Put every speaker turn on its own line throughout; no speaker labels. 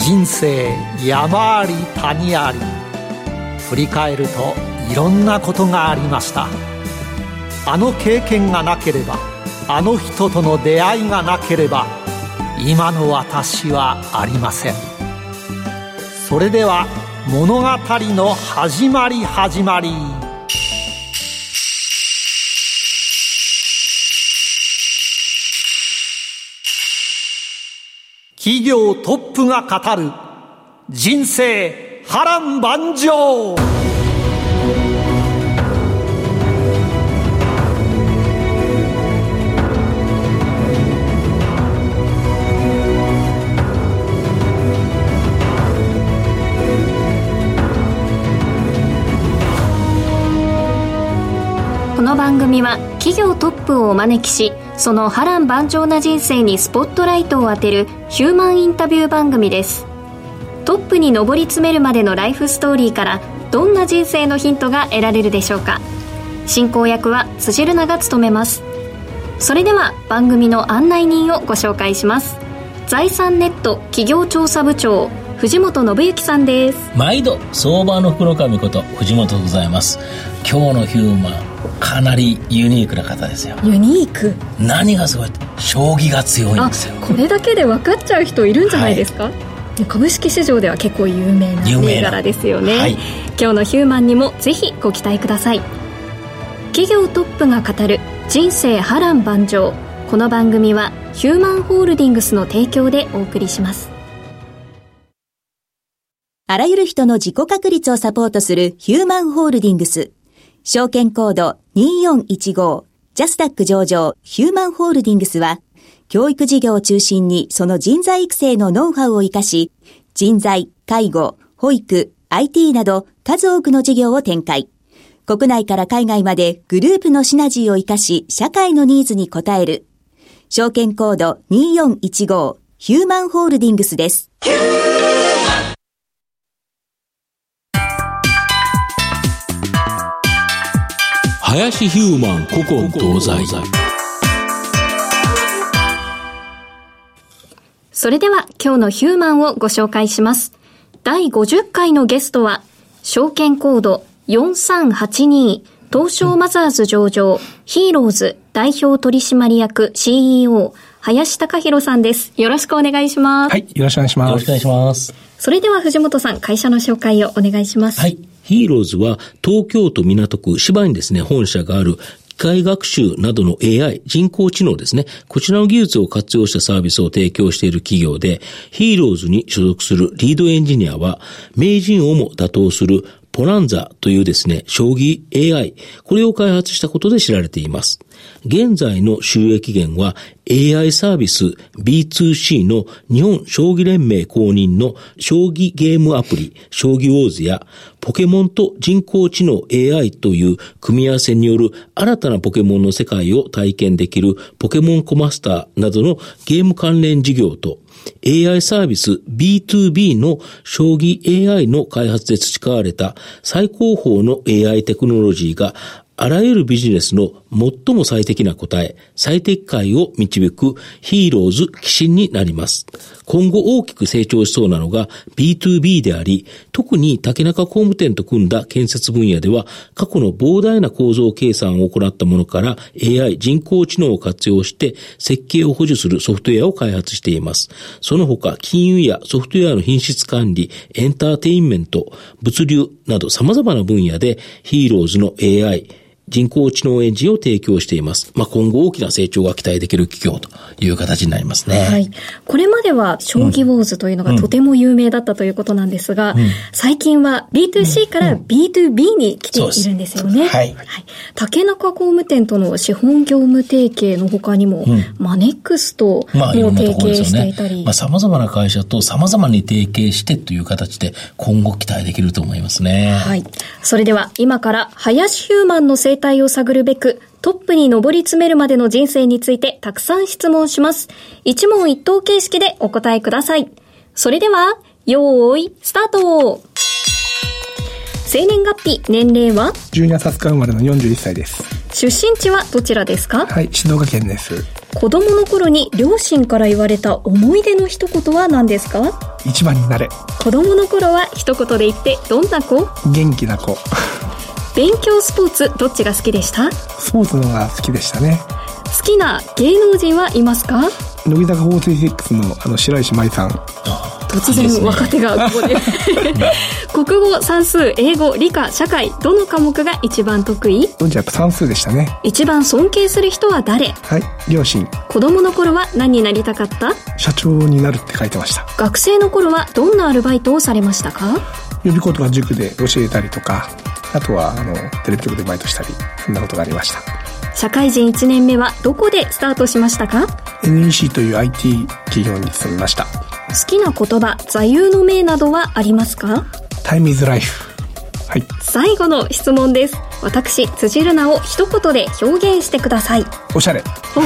人生山あり谷あり、振り返るといろんなことがありました。あの経験がなければ、あの人との出会いがなければ、今の私はありません。それでは物語の始まり。企業トップが語る人生波乱万丈。
この番組は企業トップをお招きし、その波乱万丈な人生にスポットライトを当てるヒューマンインタビュー番組です。トップに上り詰めるまでのライフストーリーからどんな人生のヒントが得られるでしょうか。進行役は辻るなが務めます。それでは番組の案内人をご紹介します。財産ネット企業調査部長、藤本信之さんです。
毎度相場の福の神こと藤本でございます。今日のヒューマン、かなりユニークな方ですよ。
ユニーク。
何がすごいって、将棋が強いんですよ。
これだけで分かっちゃう人いるんじゃないですか、はい、株式市場では結構有名な銘柄ですよね、はい、今日のヒューマンにもぜひご期待ください。企業トップが語る人生波乱万丈。この番組はヒューマンホールディングスの提供でお送りします。
あらゆる人の自己確立をサポートするヒューマンホールディングス。証券コード2415ジャスダック上場ヒューマンホールディングスは、教育事業を中心にその人材育成のノウハウを生かし、人材、介護、保育、IT など数多くの事業を展開。国内から海外までグループのシナジーを生かし、社会のニーズに応える。証券コード2415ヒューマンホールディングスです。
林ヒューマン古今東西。
それでは今日のヒューマンをご紹介します。第50回のゲストは、証券コード4382東証マザーズ上場ヒーローズ代表取締役 CEO 林貴弘さんです。よろしくお願いします。
はい、よろしくお願いします。
よろしくお願いします。
それでは藤本さん、会社の紹介をお願いします。
はい。ヒーローズは東京都港区芝にですね、本社がある機械学習などの AI、人工知能ですね、こちらの技術を活用したサービスを提供している企業で、ヒーローズに所属するリードエンジニアは、名人をも打倒するポランザというですね、将棋 AI、これを開発したことで知られています。現在の収益源は AI サービス B2C の日本将棋連盟公認の将棋ゲームアプリ将棋ウォーズやポケモンと人工知能 AI という組み合わせによる新たなポケモンの世界を体験できるポケモンコマスターなどのゲーム関連事業とAI サービス B2B の将棋 AI の開発で培われた最高峰の AI テクノロジーがあらゆるビジネスの最も最適な答え、最適解を導くヒーローズ寄進になります。今後大きく成長しそうなのが B2B であり、特に竹中工務店と組んだ建設分野では、過去の膨大な構造計算を行ったものから AI 人工知能を活用して設計を補助するソフトウェアを開発しています。その他、金融やソフトウェアの品質管理、エンターテインメント、物流など様々な分野でヒーローズの AI、人工知能エンジンを提供しています。今後大きな成長が期待できる企業という形になりますね。
はい。これまでは将棋ウォーズというのがとても有名だったということなんですが、最近は B2C から B2B に来ているんですよね。はい。竹中工務店との資本業務提携の他にも、マネックスとも提携していたり。
様々な会社と様々に提携してという形で今後期待できると思いますね。
はい。それでは今から林ヒューマンの生態を探るべくトップに上り詰めるまでの人生についてたくさん質問します。一問一答形式でお答えください。それではよーいスタート。生年月日、年齢は
12月20日生まれの41歳です。
出身地はどちらですか？
はい、静岡県です。
子供の頃に両親から言われた思い出の一言は何ですか？
一番になれ。
子供の頃は一言で言ってどんな子？
元気な子。
勉強スポーツどっちが好きでした？
スポーツの方が好きでしたね。
好きな芸能人はいますか？
乃木坂46の白石麻衣さん。
突然若手がここで国語、算数、英語、理科、社会、どの科目が一番得意？
当時はやっぱ算数でしたね。
一番尊敬する人は誰？
はい、両親。
子供の頃は何になりたかった？
社長になるって書いてました。
学生の頃はどんなアルバイトをされましたか？
予備校とか塾で教えたりとか、あとはテレビ局でバイトしたり、そんなことがありました。
社会人1年目はどこでスタートしましたか？
NEC という IT 企業に勤めました。
好きな言葉、座右の銘などはありますか？
Time is life。はい。
最後の質問です。私、辻るなを一言で表現してください。
おしゃれ。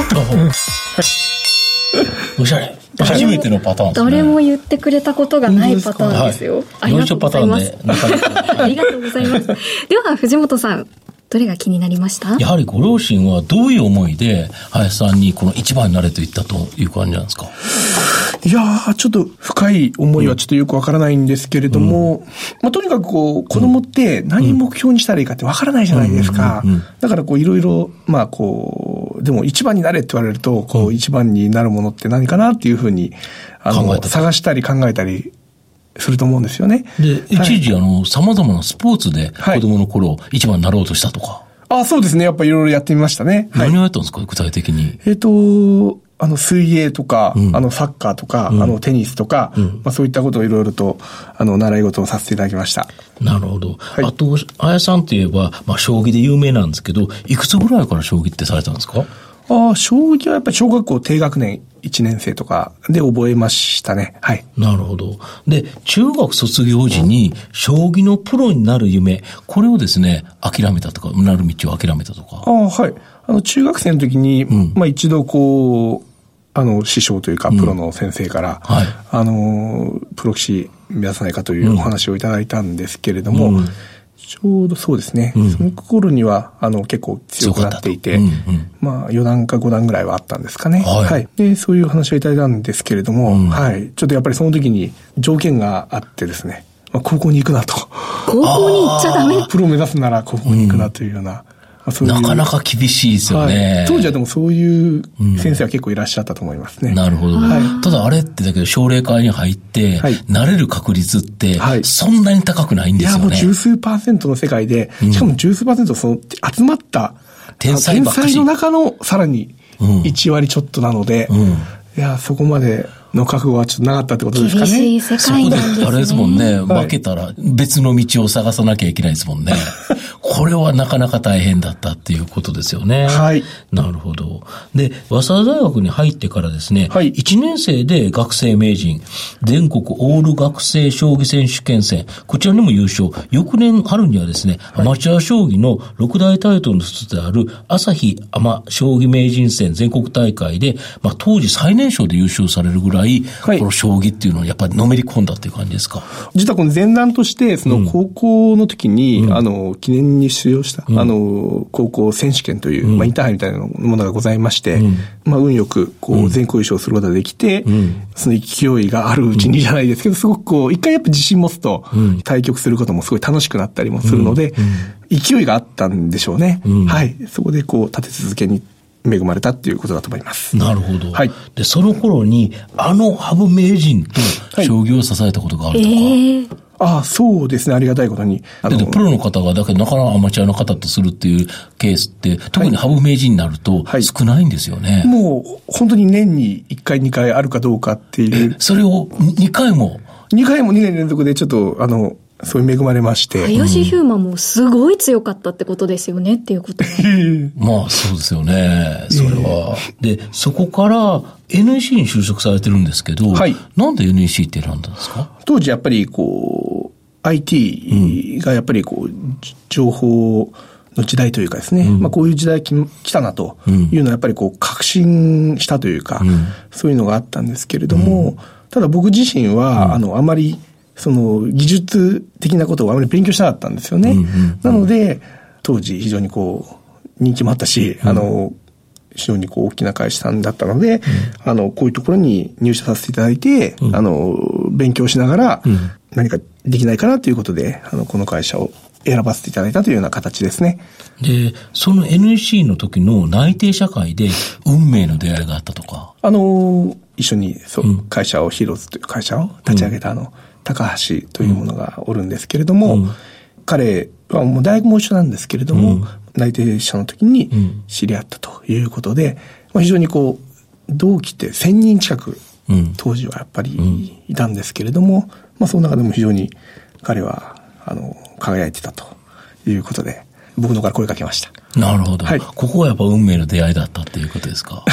おしゃれ。初めてのパターンですね。
誰も言ってくれたことがないパターンですよ。
はい、
ありがとうございます。
あ
りがとうございます。では、藤本さん。どれが気になりました？
やはりご両親はどういう思いで林さんにこの一番になれと言ったという感じなんですか？
いやー、ちょっと深い思いはちょっとよくわからないんですけれども、とにかく子供って何目標にしたらいいかってわからないじゃないですか。だからいろいろ、でも一番になれって言われると、一番になるものって何かなっていうふうに、探したり考えたり、すると思うんですよね。
で、一時様々なスポーツで子供の頃一番になろうとしたとか。
そうですね。やっぱいろいろやってみましたね。
何をやったんですか、具体的に。
水泳とか、サッカーとか、テニスとか、そういったことをいろいろと、習い事をさせていただきました。
なるほど。
はい、
あと、林さんといえば、将棋で有名なんですけど、いくつぐらいから将棋ってされたんですか？
将棋はやっぱり小学校低学年1年生とかで覚えましたね。はい。
なるほど。で、中学卒業時に将棋のプロになる夢、これをですね、諦めたとか、なる道を諦めたとか。
はい。中学生の時に、一度師匠というか、プロの先生から、はい、プロ棋士目指さないかというお話をいただいたんですけれども、ちょうどそうですね。その頃には、結構強くなっていて、4段か5段ぐらいはあったんですかね。はい。で、そういう話をいただいたんですけれども、はい。ちょっとやっぱりその時に条件があってですね、高校に行くなと。
高校に行っちゃダメ？
プロを目指すなら高校に行くなというような。
なかなか厳しいですよね。
はい、当時はでもそういう先生は結構いらっしゃったと思いますね。
なるほど。ただあれってだけど奨励会に入って、なれる確率って、そんなに高くないんですよね。
いや、もう十数%の世界で、しかも十数%集まった天才の中のさらに1割ちょっとなので、いや、そこまでの覚悟はちょっとなかったってことですかね。
厳しい世界なんですね。
そこであれですもんね、負けたら別の道を探さなきゃいけないですもんね。これはなかなか大変だったっていうことですよね。
はい。
なるほど。で、早稲田大学に入ってからですね、1年生で学生名人、全国オール学生将棋選手権戦、こちらにも優勝。翌年春にはですね、アマチュア将棋の6大タイトルの一つである朝日アマ将棋名人戦全国大会で、当時最年少で優勝されるぐらい、この将棋っていうのはやっぱりのめり込んだっていう感じですか？
実はこの前段として、その高校の時に、記念に出場した、高校選手権という、インターハイみたいなものがございまして、運よく、全校優勝することができて、その勢いがあるうちにじゃないですけど、すごく一回やっぱ自信持つと、対局することもすごい楽しくなったりもするので、勢いがあったんでしょうね。はい。そこで立て続けに恵まれたっていうことだと思います。
なるほど。
はい。
で、その頃に、羽生名人と将棋を支えたことがあるとか。
そうですね。ありがたいことに。
プロの方が、だけどなかなかアマチュアの方とするっていうケースって、特に羽生名人になると少ないんですよね。
もう、本当に年に1回2回あるかどうかっていう。
それを2回も
2年連続でちょっと、そういう恵まれまして。
林ヒューマンもすごい強かったってことですよねっていうこと
は。そうですよね。それは。で、そこから NEC に就職されてるんですけど、なんで NEC って選んだんですか？
当時やっぱりIT がやっぱり情報の時代というかですね、こういう時代来たなというのはやっぱり確信したというか、そういうのがあったんですけれども、ただ僕自身は、あまりその技術的なことをあまり勉強しなかったんですよね。なので、当時非常に人気もあったし、 非常に大きな会社さんだったので、こういうところに入社させていただいて、勉強しながら、何かできないかなということで、この会社を選ばせていただいたというような形ですね。
で、その NEC の時の内定社会で運命の出会いがあったとか。
一緒に会社を、ヒーローズという会社を立ち上げた高橋というものがおるんですけれども、彼はもう大学も一緒なんですけれども、内定者の時に知り合ったということで、非常に同期って1000人近く、当時はやっぱりいたんですけれども、その中でも非常に彼は輝いてたということで、僕のから声かけました。
なるほど。はい、ここはやっぱ運命の出会いだったっていうことですか。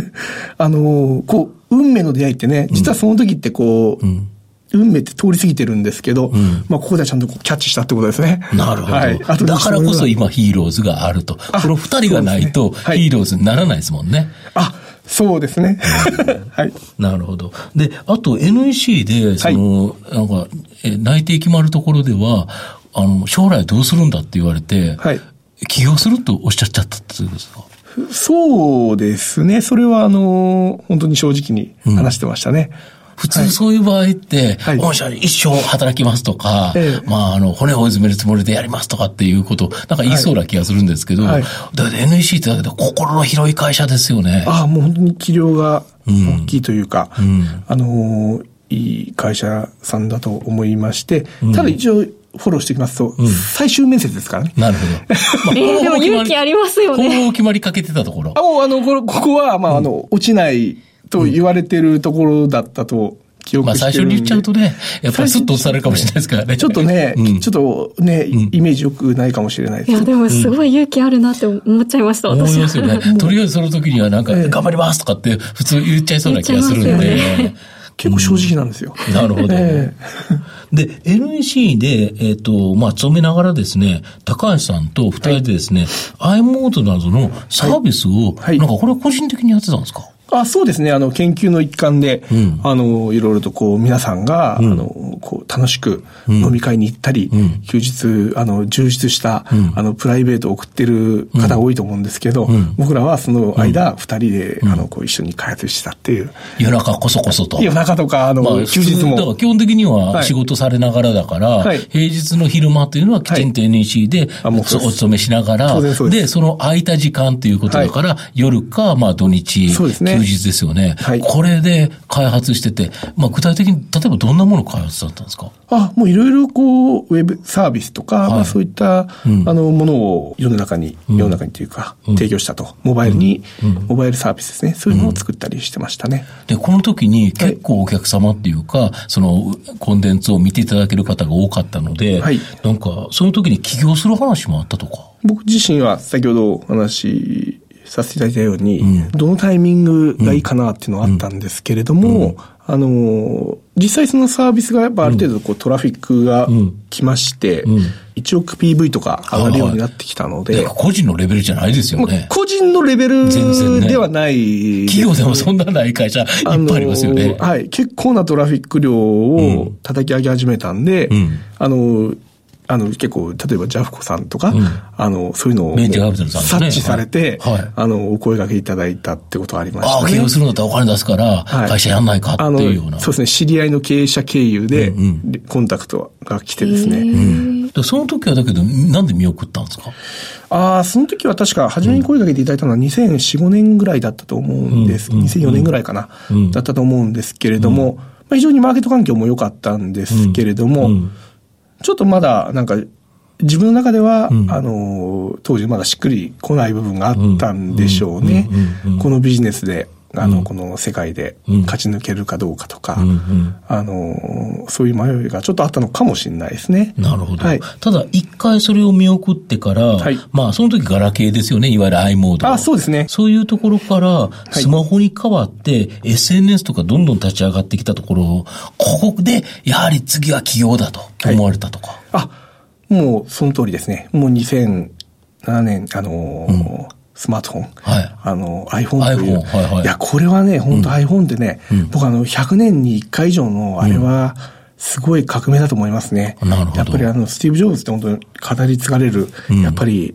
運命の出会いってね、実はその時って運命って通り過ぎてるんですけど、ここではちゃんとキャッチしたってことですね。
なるほど。はい、だからこそ今ヒーローズがあると。この二人がないとヒーローズにならないですもんね。
そうですね。はい。
なるほど。で、あと NEC で、内定決まるところでは、将来どうするんだって言われて、起業するとおっしゃっちゃったってことですか？
そうですね。それは本当に正直に話してましたね。
普通そういう場合って、御社一生働きますとか、骨をうずめるつもりでやりますとかっていうこと、なんか言いそうな気がするんですけど、だって NEC ってだけで心の広い会社ですよね。
もう本当に器量が大きいというか、いい会社さんだと思いまして、ただ一応、フォローしていきますと、最終面接ですからね。
なるほど。
でも勇気ありますよね。
今後決まりかけてたところ。
ここは、落ちないと言われてるところだったと記憶してるんで。
最初に言っちゃうとね、やっぱりスッと押されるかもしれないですからね。
ちょっとね、イメージ良くないかもしれないです。
いや、でもすごい勇気あるなって思っちゃいました、私は。
思いますよね。とりあえずその時には頑張りますとかって普通言っちゃいそうな気がするんで。
結構正直なんですよ。
なるほど。で、NEC で、勤めながらですね、高橋さんと二人でですね、i モードなどのサービスを、これは個人的にやってたんですか？
そうですね。研究の一環で、いろいろと皆さんが、楽しく飲み会に行ったり、休日、充実した、プライベートを送ってる方が多いと思うんですけど、僕らはその間、二人で、一緒に開発したっていう。
夜中こそこそと。
夜中とか、休日も。
だから基本的には仕事されながらだから、平日の昼間というのはきちんと NEC で、お勤めしながら、で、その空いた時間ということだから、夜か、土日、そうですね。休日ですよね。これで開発してて、具体的に例えばどんなものを開発だったんですか？
もういろいろウェブサービスとか、そういったものを世の中にというか、提供したと。モバイルサービスですね。そういうのを作ったりしてましたね。
で、この時に結構お客様っていうか、そのコンテンツを見ていただける方が多かったので、その時に起業する話もあったとか。
僕自身は先ほどお話させていただいたように、どのタイミングがいいかなっていうのはあったんですけれども、実際そのサービスがやっぱある程度トラフィックが来まして、1億 PV とか上がるようになってきたので。
個人のレベルじゃないですよね。
個人のレベルではない。
企業でもそんなない会社いっぱいありますよね。
結構なトラフィック量を叩き上げ始めたんで、結構、例えばジャフコさんとか、そういうのを察知されて、お声掛けいただいたってことがありましたね。
起業するんだったらお金出すから、会社やんないかっていうような。
そうですね、知り合いの経営者経由で、コンタクトが来てですね。
その時はだけど、なんで見送ったんですか？
その時は確か、初めに声掛けていただいたのは2004、5年ぐらいだったと思うんです。2004年ぐらいかな、だったと思うんですけれども、非常にマーケット環境も良かったんですけれども、ちょっとまだ自分の中では、当時まだしっくり来ない部分があったんでしょうね。このビジネスで、この世界で勝ち抜けるかどうかとか、そういう迷いがちょっとあったのかもしれないですね。
なるほど。ただ、一回それを見送ってから、その時ガラケーですよね、いわゆる i モード。
そうですね。
そういうところから、スマホに変わって、SNS とかどんどん立ち上がってきたところを、ここで、やはり次は起業だと思われたとか。
もうその通りですね。もう2007年、スマートフォン。iPhone という。いや、これはね、本当 iPhone ってね、僕100年に1回以上のあれは、すごい革命だと思いますね。
なるほど。
やっぱりスティーブ・ジョブズって本当に語り継がれる、やっぱり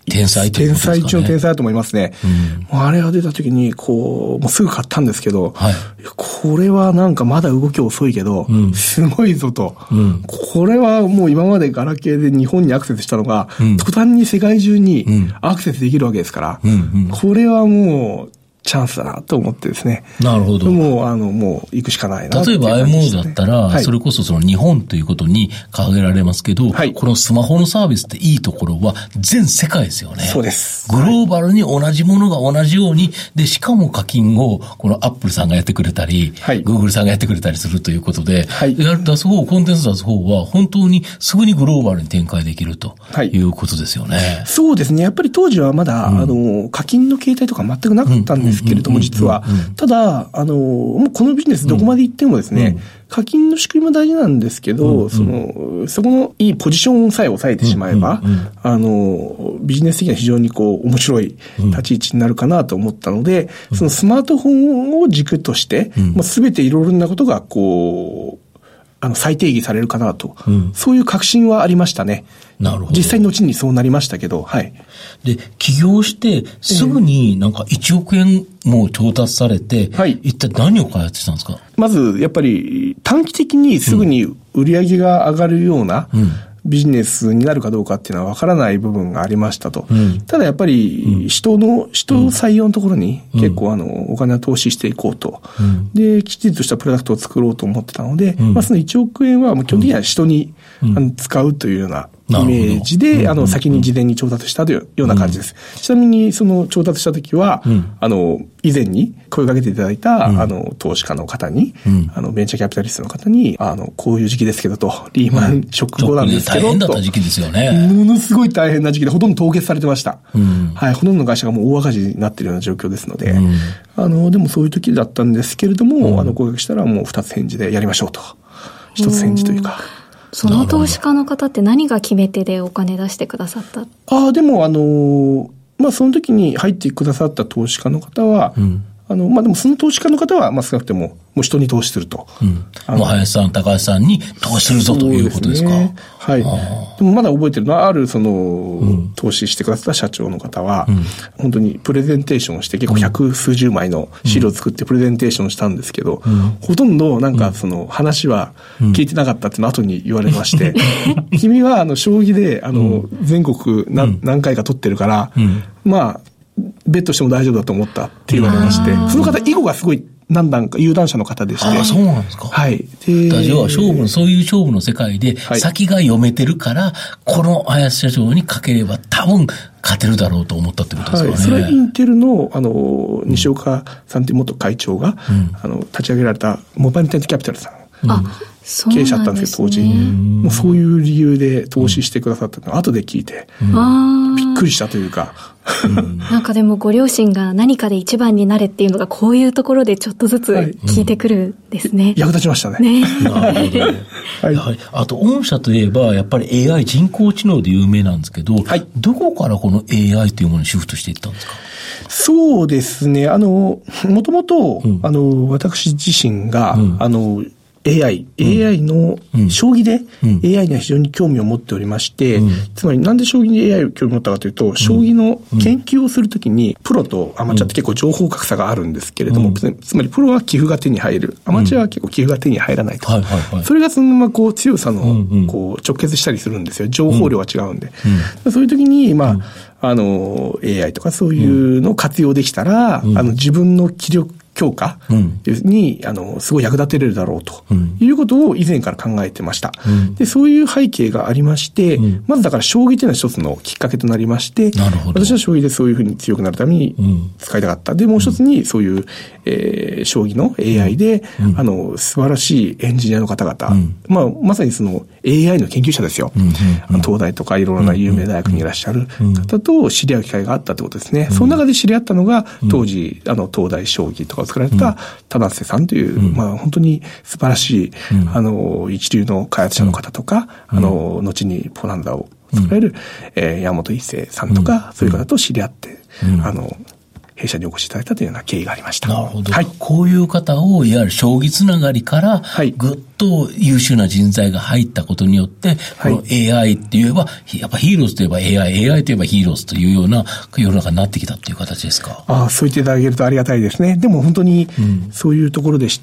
天才ということですかね。
天才中の天才だと思いますね。もうあれが出た時に、もうすぐ買ったんですけど、これはなんかまだ動き遅いけど、すごいぞと、これはもう今までガラケーで日本にアクセスしたのが、途端に世界中にアクセスできるわけですから、これはもう、チャンスだなと思ってですね。
なるほど。
もう行くしかないな。
例えば i モードだったら、それこそその日本ということに掲げられますけど、このスマホのサービスっていいところは全世界ですよね。
そうです。
グローバルに同じものが同じように、で、しかも課金をこのアップルさんがやってくれたり、グーグルさんがやってくれたりするということで、出す方、コンテンツ出す方は本当にすぐにグローバルに展開できるということですよね。
そうですね。やっぱり当時はまだ、課金の形態とか全くなかったんですけれども、実は。ただ、もうこのビジネスどこまで行ってもですね、課金の仕組みも大事なんですけど、そこのいいポジションさえ抑えてしまえば、ビジネス的には非常に面白い立ち位置になるかなと思ったので、そのスマートフォンを軸として、すべていろいろなことが再定義されるかなと、そういう確信はありましたね。
なるほど。
実際のうちにそうなりましたけど、
で、起業して、すぐになんか1億円も調達されて、一体何を開発したんですか？
まず、やっぱり短期的にすぐに売り上げが上がるような、ビジネスになるかどうかっていうのは分からない部分がありましたと。ただやっぱり人採用のところに結構お金を投資していこうと。で、きちんとしたプロダクトを作ろうと思ってたので、その1億円は基本的には人に使うというようなイメージで、先に事前に調達したというような感じです。ちなみに、その調達したときは、以前に声をかけていただいた、投資家の方に、ベンチャーキャピタリストの方に、こういう時期ですけどと、リーマンショック後なんですけど、
大変だった時期ですよね。
ものすごい大変な時期で、ほとんど凍結されてました。ほとんどの会社がもう大赤字になっているような状況ですので、でもそういう時だったんですけれども、声かけしたらもう2つ返事でやりましょうと。1つ返事というか。
その投資家の方って何が決め手でお金出してくださった？
でもその時に入ってくださった投資家の方は、でもその投資家の方は、少なくても、もう人に投資すると。
もう林さん、高橋さんに投資するぞということですか？
でもまだ覚えてるのは、ある投資してくださった社長の方は、本当にプレゼンテーションをして、結構百数十枚の資料を作ってプレゼンテーションしたんですけど、ほとんどなんか話は聞いてなかったっていうのを後に言われまして、君は将棋で全国何回か取ってるから、ベットしても大丈夫だと思ったって言われまして、その方、囲碁がすごい何段か有段者の方でして。
そうなんですか。で、要はそういう勝負の世界で、先が読めてるから、この林社長にかければ多分勝てるだろうと思ったってことですかね。
それはインテルの、西岡さんという元会長が、立ち上げられたモバイルインターネットキャピタルさん。経営者だったんですけど、当時。もうそういう理由で投資してくださったのを後で聞いて、びっくりしたというか。
なんかでもご両親が何かで一番になれっていうのがこういうところでちょっとずつ聞いてくるですね。
役立ちましたね。
なるほど。あと、御社といえば、やっぱり AI 人工知能で有名なんですけど、どこからこの AI というものにシフトしていったんですか？
そうですね。もともと、私自身が、AI の、将棋で AI には非常に興味を持っておりまして、つまりなんで将棋に AI を興味を持ったかというと、将棋の研究をするときに、プロとアマチュアって結構情報格差があるんですけれども、つまりプロは棋譜が手に入る。アマチュアは結構棋譜が手に入らないと。それがそのまま強さの、直結したりするんですよ。情報量が違うんで。そういうときに、AI とかそういうのを活用できたら、自分の気力、強化に、すごい役立てれるだろうということを以前から考えてました。で、そういう背景がありまして、まずだから将棋というのは一つのきっかけとなりまして、私は将棋でそういうふうに強くなるために使いたかった。で、もう一つにそういう、将棋の AI で、素晴らしいエンジニアの方々、まさにその AI の研究者ですよ。東大とかいろいろな有名大学にいらっしゃる方と知り合う機会があったということですね。その中で知り合ったのが、当時、東大将棋とかを作られた田瀬さんという、本当に素晴らしい、一流の開発者の方とか、後にポランダを作られる、山本一成さんとか、そういう方と知り合って、 弊社にお越しいただいたというような経緯がありました。
なるほど。
はい。
こういう方を、いわゆる将棋つながりから、ぐっと優秀な人材が入ったことによって、この AI って言えば、やっぱヒーローズといえば AI といえばヒーローズというような世の中になってきたという形ですか。
そう言っていただけるとありがたいですね。でも本当に、そういうところでして、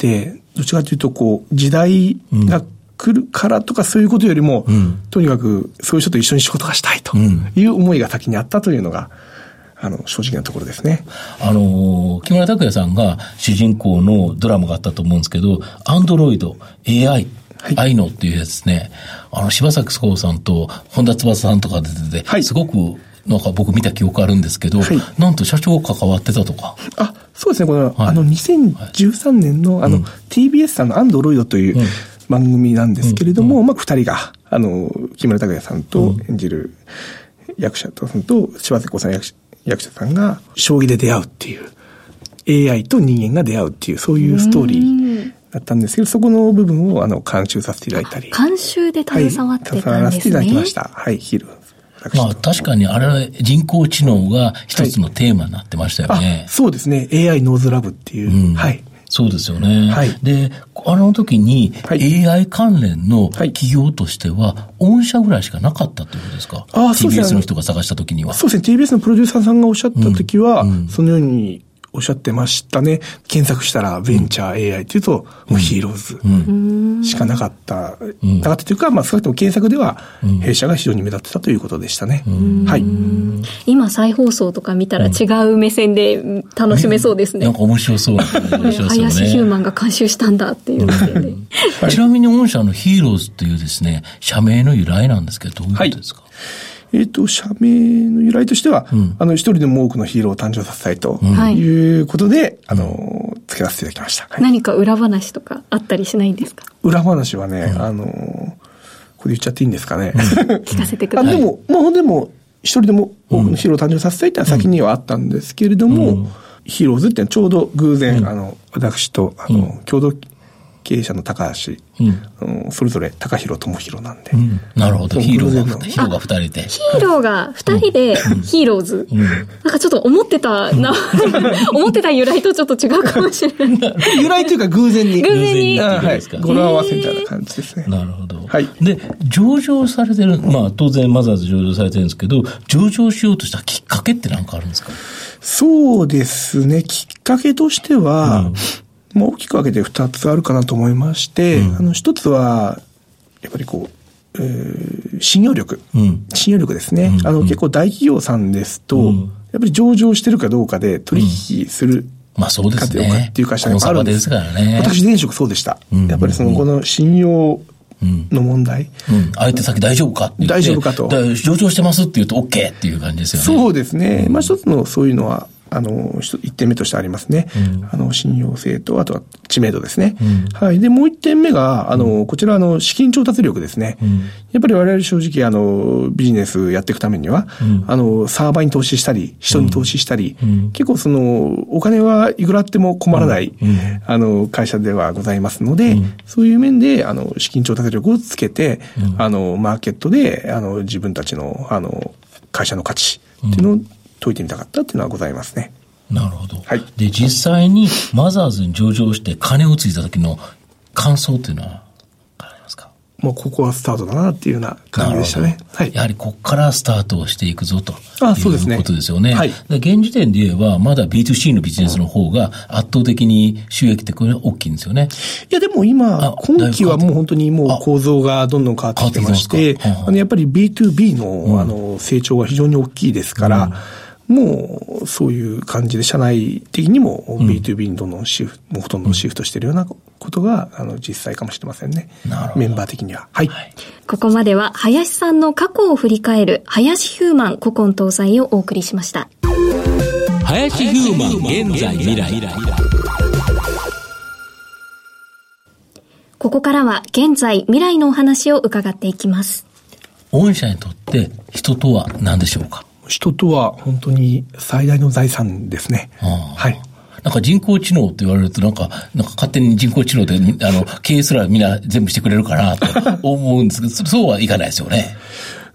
どちらかというと、時代が来るからとかそういうことよりも、とにかくそういう人と一緒に仕事がしたいという思いが先にあったというのが、正直なところですね。
木村拓哉さんが主人公のドラマがあったと思うんですけど、アンドロイド、AI、愛のっていうやつですね。柴咲コウさんと本田翼さんとか出てて、すごくなんか僕見た記憶あるんですけど、なんと社長が関わってたとか。
そうですね。2013年のTBS さんのアンドロイドという番組なんですけれども、二人が、木村拓哉さんと演じる役者さんと柴咲コウさん役者さんが将棋で出会うっていう、AI と人間が出会うっていう、そういうストーリーだったんですけど、そこの部分を監修させていただいたり。
監修で携わってたんですね。携わらせていただきました。ヒーロー。
確かにあれは人工知能が一つのテーマになってましたよね。
そうですね。AI Knows Loveっていう。
そうですよね。で、時に AI 関連の企業としては、御社ぐらいしかなかったということですか？TBS の人が探した時には。
そうですね。TBS のプロデューサーさんがおっしゃった時は、そのようにおっしゃってましたね。検索したらベンチャー AI っていうと、もうヒーローズしかなかった。というか、少なくとも検索では弊社が非常に目立ってたということでしたね。
今再放送とか見たら違う目線で楽しめそうですね。
なんか面白そう。
林ヒューマンが監修したんだっていう目線で。
ちなみに御社のヒーローズというですね、社名の由来なんですけど、どういうことですか？
社名の由来としては、一人でも多くのヒーローを誕生させたいということで、付けさせていただきました。
何か裏話とかあったりしないんですか？
裏話はね、これ言っちゃっていいんですかね。
聞かせてください。
でも、一人でも多くのヒーローを誕生させたいってのは先にはあったんですけれども、ヒーローズってのはちょうど偶然、私と、共同経営者の高橋、それぞれ高弘智弘なんで、
なるほど。ヒーローが2人で。
ヒーローが2人でヒーローズ。なんかちょっと思ってた由来とちょっと違うかもしれない。
由来というか偶然に。語呂合わせみたいな感じですね。
なるほど。で、上場されてる、当然マザーズ上場されてるんですけど、上場しようとしたきっかけって何かあるんですか？
そうですね。きっかけとしては、大きく分けて2つあるかなと思いまして、一つは、やっぱり信用力。信用力ですね。結構大企業さんですと、やっぱり上場してるかどうかで取引する
そうですね。
っていう会社があるんです。私前職そうでした。やっぱりこの信用の問題。
相手先大丈夫かって言って。
大丈夫かと。
上場してますって言うと OK っていう感じですよね。
そうですね。一つのそういうのは、一点目としてありますね。信用性と、あとは知名度ですね。で、もう一点目が、こちら資金調達力ですね。やっぱり我々正直、ビジネスやっていくためには、サーバーに投資したり、人に投資したり、結構お金はいくらあっても困らない、会社ではございますので、そういう面で、資金調達力をつけて、マーケットで、自分たちの、会社の価値っていうのを解いてみたかったっていうのはございますね。
なるほど。で、実際にマザーズに上場して金をついた時の感想っていうのはありますか？
もうここはスタートだなっていうような感じでしたね。
やはりここからスタートをしていくぞということですよね。で、現時点で言えばまだ B2C のビジネスの方が圧倒的に収益ってこれは大きいんですよね。
いやでも今期はもう本当にもう構造がどんどん変わってきてまして、やっぱり B2B の成長が非常に大きいですから、もうそういう感じで社内的にも B2B にどんどんもうほとんどシフトしているようなことが実際かもしれませんね。メンバー的には。
ここまでは林さんの過去を振り返る林ヒューマン古今東西をお送りしました。
林ヒューマン現在未来。
ここからは現在未来のお話を伺っていきます。
御社にとって人とは何でしょうか？
人とは本当に最大の財産ですね。
なんか人工知能って言われるとなんか勝手に人工知能で経営すらみんな全部してくれるかなと思うんですけど、そうはいかないですよね。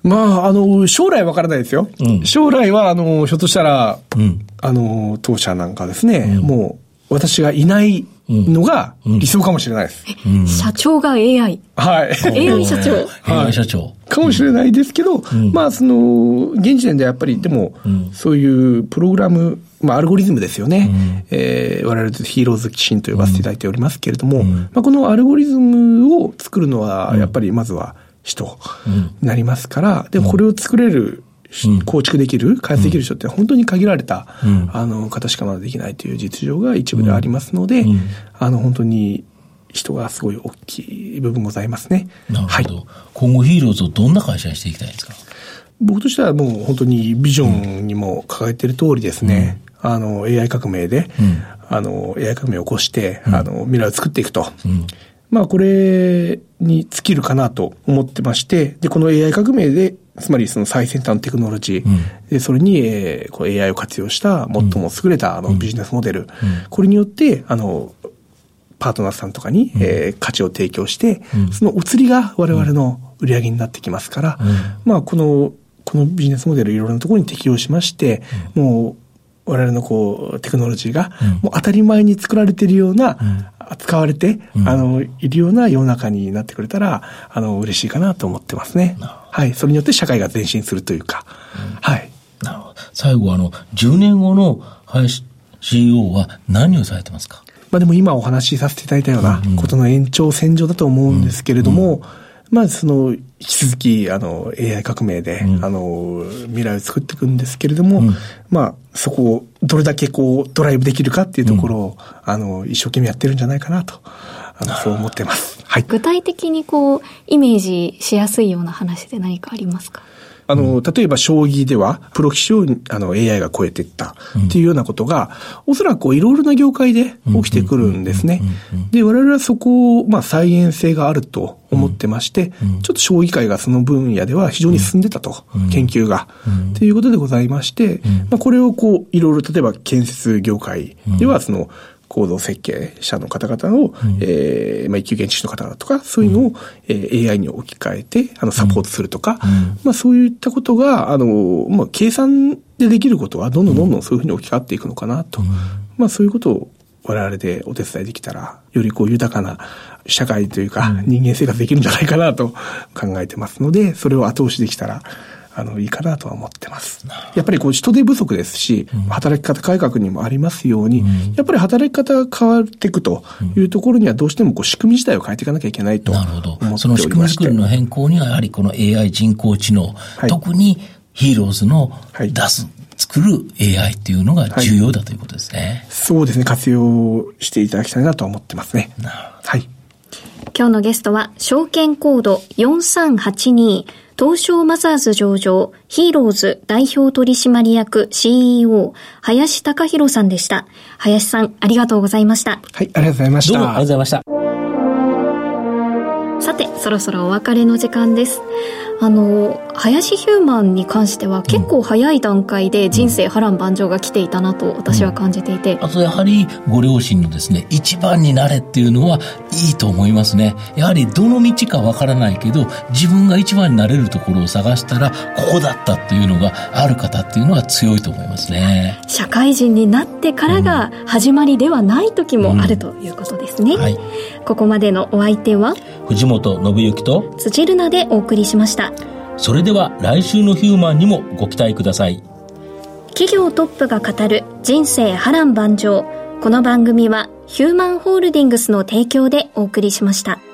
将来わからないですよ。将来は、ひょっとしたら、当社なんかですね、もう、私がいないのが理想かもしれないです。
社長が AI。
はい。
AI 社長。
AI 社長。
かもしれないですけど、現時点でやっぱり、でも、そういうプログラム、アルゴリズムですよね。我々ヒーローズキシンと呼ばせていただいておりますけれども、このアルゴリズムを作るのは、やっぱりまずは人になりますから、でもこれを作れる、構築できる、開発できる人って本当に限られた、方しかまだできないという実情が一部でありますので、本当に人がすごい大きい部分ございますね。
なるほど。はい、今後ヒーローズをどんな会社にしていきたいですか？
僕としてはもう本当にビジョンにも掲げている通りですね、AI 革命で、AI 革命を起こして、未来を作っていくと。これに尽きるかなと思ってまして、で、この AI 革命で、つまりその最先端のテクノロジー、でそれに、AI を活用した最も優れたビジネスモデル、これによって、パートナーさんとかに、価値を提供して、その移りが我々の売り上げになってきますから、このビジネスモデルいろいろなところに適用しまして、もう我々のテクノロジーがもう当たり前に作られているような、使われて、いるような世の中になってくれたら、嬉しいかなと思ってますね。はい。それによって社会が前進するというか。はい。
なるほど。最後10年後の林 CEO は何をされてますか？
でも今お話しさせていただいたようなことの延長線上だと思うんですけれども、引き続き、AI 革命で、未来を作っていくんですけれども、そこをどれだけドライブできるかっていうところを、一生懸命やってるんじゃないかなと、そう思ってます。はい。
具体的にイメージしやすいような話で何かありますか？
例えば将棋では、プロ棋士をAI が超えていったっていうようなことが、おそらくいろいろな業界で起きてくるんですね。で、我々はそこを、再現性があると思ってまして、ちょっと将棋界がその分野では非常に進んでたと、研究が。ということでございまして、これをいろいろ、例えば建設業界では、構造設計者の方々を、一級建築士の方々とか、そういうのを、AI に置き換えて、サポートするとか、そういったことが、計算でできることは、どんどんそういうふうに置き換わっていくのかなと。そういうことを我々でお手伝いできたら、より豊かな社会というか、人間生活できるんじゃないかなと考えてますので、それを後押しできたら、いいかなとは思ってます。やっぱり人手不足ですし、働き方改革にもありますように、やっぱり働き方が変わっていくというところにはどうしても仕組み自体を変えていかなきゃいけないと思っておりまして。なるほど。
その仕組み作りの変更にはやはりこの AI 人工知能、特にヒーローズの作る AI っていうのが重要だということですね。
そうですね。活用していただきたいなと思ってますね。はい。
今日のゲストは証券コード4382東証マザーズ上場ヒーローズ代表取締役 CEO 林貴弘さんでした。林さん、ありがとうございました。
はい、ありがとうございました。
どうもありがとうございました。
さて、そろそろお別れの時間です。林ヒューマンに関しては結構早い段階で人生波乱万丈が来ていたなと私は感じていて、
あとやはりご両親のですね、一番になれっていうのはいいと思いますね。やはりどの道かわからないけど、自分が一番になれるところを探したらここだったっていうのがある方っていうのは強いと思いますね。
社会人になってからが始まりではない時もあるということですね。はい、ここまでのお相手は
藤本信之と
辻るなでお送りしました。
それでは来週のヒューマンにもご期待ください。
企業トップが語る人生波乱万丈。この番組はヒューマンホールディングスの提供でお送りしました。